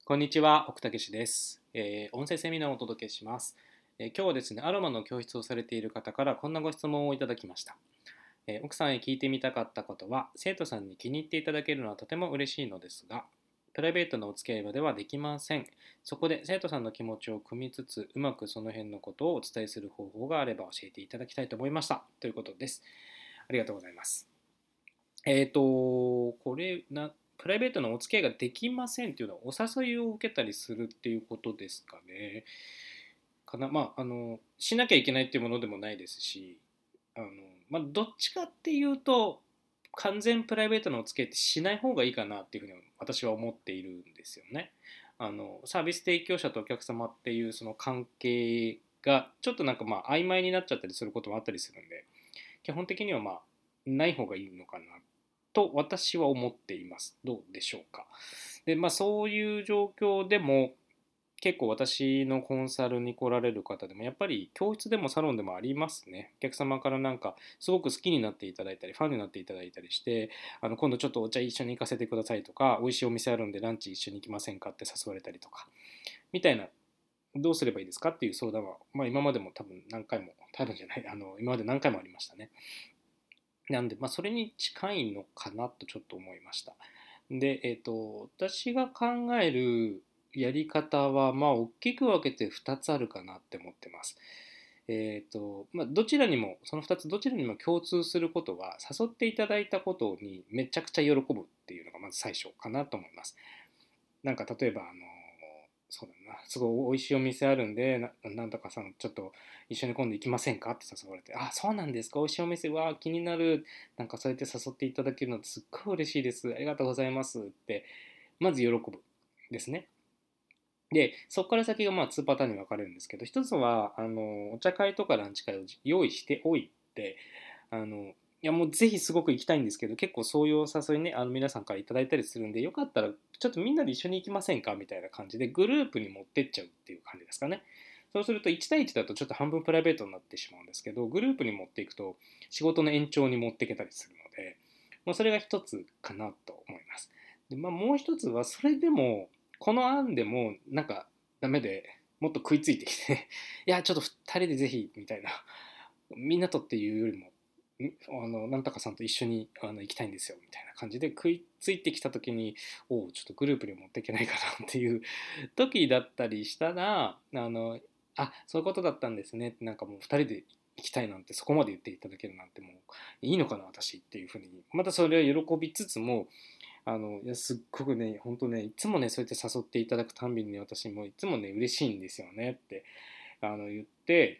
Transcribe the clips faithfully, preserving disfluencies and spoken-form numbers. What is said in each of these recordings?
こんにちは、奥武史です、えー音声セミナーをお届けします、えー今日はですね、アロマの教室をされている方からこんなご質問をいただきました。えー奥さんへ聞いてみたかったことは、生徒さんに気に入っていただけるのはとても嬉しいのですが、プライベートのお付き合い場ではできません。そこで生徒さんの気持ちを汲みつつ、うまくその辺のことをお伝えする方法があれば教えていただきたいと思いました。ということです。ありがとうございます。えっと、これな、プライベートのお付き合いができませんっていうのは、お誘いを受けたりするっていうことですかね。かな。まあ、あの、しなきゃいけないっていうものでもないですし、あの、まあ、どっちかっていうと、完全プライベートのお付き合いってしない方がいいかなっていうふうに私は思っているんですよね。あの、サービス提供者とお客様っていうその関係が、ちょっとなんかまあ、曖昧になっちゃったりすることもあったりするんで、基本的にはまあ、ない方がいいのかなと私は思っています。どうでしょうか。で、まあそういう状況でも結構私のコンサルに来られる方でもやっぱり教室でもサロンでもありますね。お客様からなんかすごく好きになっていただいたりファンになっていただいたりして、あの今度ちょっとお茶一緒に行かせてくださいとか、美味しいお店あるんでランチ一緒に行きませんかって誘われたりとかみたいな、どうすればいいですかっていう相談は、まあ、今までも多分何回も多分じゃないあの今まで何回もありましたね。なんで、まあ、それに近いのかなとちょっと思いました。で、えっと、私が考えるやり方は、まあ、大きく分けてふたつあるかなって思ってます。えっと、まあ、どちらにも、そのふたつどちらにも共通することは、誘っていただいたことにめちゃくちゃ喜ぶっていうのがまず最初かなと思います。なんか例えばあのそうだな、すごい美味しいお店あるんで、ななんとかさんちょっと一緒に今度行きませんかって誘われて、あ、そうなんですか、美味しいお店は気になる、なんかそうやって誘っていただけるのすっごい嬉しいです、ありがとうございますってまず喜ぶですね。でそこから先がまあにパターンに分かれるんですけど、一つはあのお茶会とかランチ会を用意しておいて、あのいやもうぜひすごく行きたいんですけど、結構そういうお誘いね、あの皆さんからいただいたりするんで、よかったらちょっとみんなで一緒に行きませんかみたいな感じでグループに持ってっちゃうっていう感じですかね。そうするといち対いちだとちょっと半分プライベートになってしまうんですけど、グループに持っていくと仕事の延長に持っていけたりするので、まあ、それが一つかなと思います。で、まあ、もう一つはそれでもこの案でもなんかダメでもっと食いついてきていやちょっとふたりでぜひみたいな、みんなとっていうよりもあのなんとかさんと一緒にあの行きたいんですよみたいな感じで食いついてきた時に、おおちょっとグループに持っていけないかなっていう時だったりしたら、あのあそういうことだったんですねって、なんかもうふたりで行きたいなんてそこまで言っていただけるなんてもういいのかな私っていうふうに、またそれは喜びつつも、あのいやすっごくね本当ね、いつもねそうやって誘っていただくたんびに、ね、私もいつもね嬉しいんですよねってあの言って、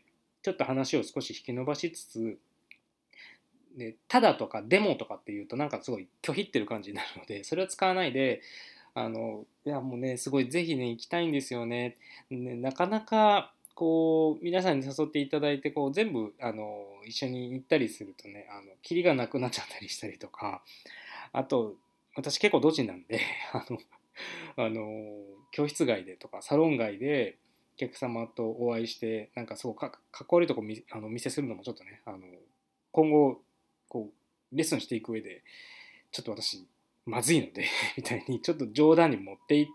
ちょっと話を少し引き伸ばしつつ、でただとかデモとかっていうとなんかすごい拒否ってる感じになるので、それを使わないで、あのいやもうねすごいぜひね行きたいんですよね、ねなかなかこう皆さんに誘っていただいてこう全部あの一緒に行ったりするとね、あのキリがなくなっちゃったりしたりとか、あと私結構ドジなんであのあの教室外でとかサロン外でお客様とお会いして、なんかすごくかかっこ悪いとこ見あのお見せするのもちょっとね、あの今後こうレッスンしていく上でちょっと私まずいのでみたいにちょっと冗談に持っていって、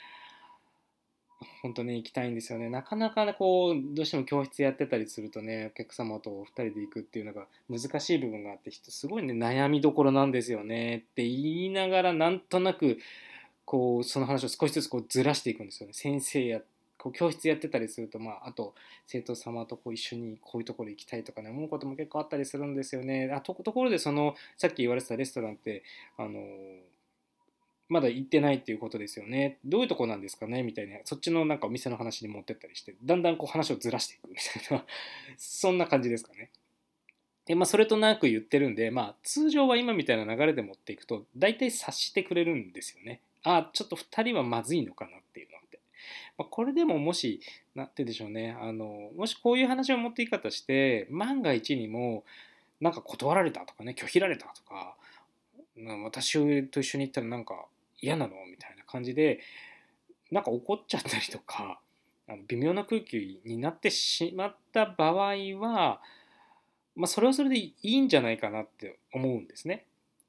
本当ね行きたいんですよね。なかなかねこうどうしても教室やってたりするとね、お客様とふたりで行くっていうのが難しい部分があって、すごいね悩みどころなんですよねって言いながら、なんとなくこうその話を少しずつこうずらしていくんですよね。先生やこう教室やってたりすると、まあ、あと生徒様とこう一緒にこういうところ行きたいとかね思うことも結構あったりするんですよね。あとところでそのさっき言われてたレストランってあのまだ行ってないっていうことですよね。どういうとこなんですかねみたいな、そっちのなんかお店の話に持ってったりして、だんだんこう話をずらしていくみたいなそんな感じですかね。で、まあ、それとなく言ってるんで、まあ、通常は今みたいな流れで持っていくと、大体察してくれるんですよね。あ、ちょっとふたりはまずいのかなっていうのって。まあ、これでももし、なんて言うんでしょうね。あの、もしこういう話を持っていき方して、万が一にも、なんか断られたとかね、拒否られたとか、私と一緒に行ったらなんか嫌なのみたいな感じで、なんか怒っちゃったりとか、あの微妙な空気になってしまった場合は、まあ、それはそれでいいんじゃないかなって思うんですね。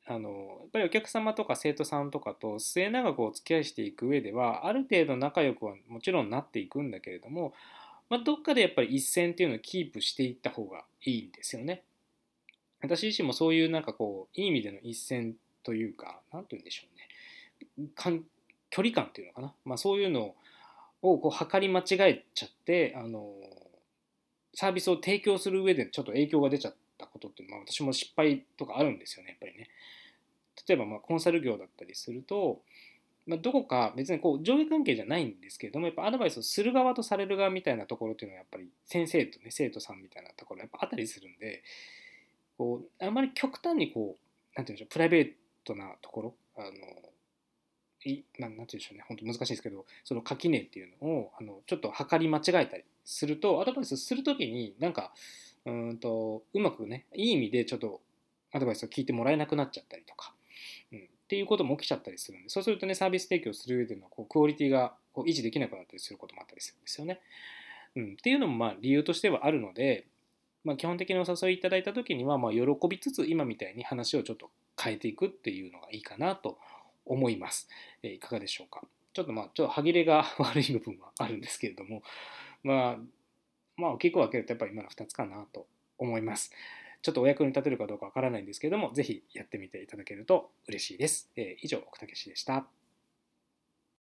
あのやっぱりお客様とか生徒さんとかと末永くお付き合いしていく上ではある程度仲良くはもちろんなっていくんだけれども、まあ、どっかでやっぱり一線っていうのをキープしていった方がいいんですよね。私自身もそういうなんかこういい意味での一線というか、なんて言うんでしょうね、かん距離感っていうのかな、まあ、そういうのをこう測り間違えちゃって、あのサービスを提供する上でちょっと影響が出ちゃったことっていうのは、まあ、私も失敗とかあるんですよね、やっぱりね。例えばまあコンサル業だったりすると、まあ、どこか別にこう上下関係じゃないんですけれども、やっぱアドバイスをする側とされる側みたいなところっていうのはやっぱり先生とね生徒さんみたいなところやっぱあったりするんで、こうあまり極端にこうなんていうんでしょう、プライベートなところ、あのいななんていうんでしょうね、本当難しいですけど、その垣根っていうのをあのちょっと測り間違えたりすると、アドバイスするときになんかうーんとうまくね、いい意味でちょっとアドバイスを聞いてもらえなくなっちゃったりとか、うん、っていうことも起きちゃったりするんで、そうするとね、サービス提供する上でのこうクオリティがこう維持できなくなったりすることもあったりするんですよね。うん、っていうのもまあ理由としてはあるので、まあ、基本的にお誘いいただいた時にはまあ喜びつつ今みたいに話をちょっと変えていくっていうのがいいかなと思います。えーいかがでしょうか。ちょっとまあちょっと歯切れが悪い部分はあるんですけれども、まあまあ大きく分けるとやっぱり今のふたつかなと思います。ちょっとお役に立てるかどうかわからないんですけれども、ぜひやってみていただけると嬉しいです。えー以上、奥武史でした。